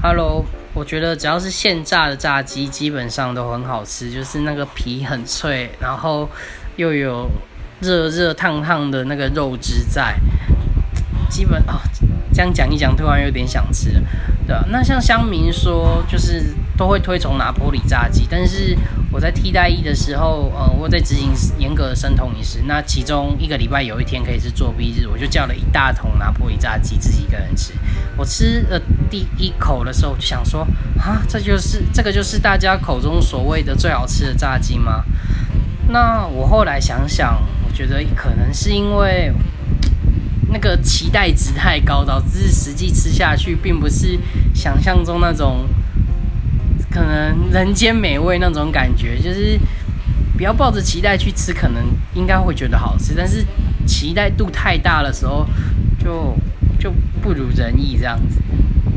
Hello，我觉得只要是现炸的炸鸡，基本上都很好吃，就是那个皮很脆，然后又有热热烫烫的那个肉汁在，基本这样讲一讲，突然有点想吃了，对啊。那像乡民说，就是都会推崇拿坡里炸鸡，但是我在替代役的时候，我在执行严格的生酮饮食，那其中一个礼拜有一天可以是作弊日，我就叫了一大桶拿坡里炸鸡，自己一个人吃。我吃了第一口的时候，我就想说，这个就是大家口中所谓的最好吃的炸鸡吗？那我后来想想，我觉得可能是因为那个期待值太高，导致实际吃下去并不是想象中那种可能人间美味那种感觉，就是不要抱着期待去吃，可能应该会觉得好吃，但是期待度太大的时候就不如人意这样子。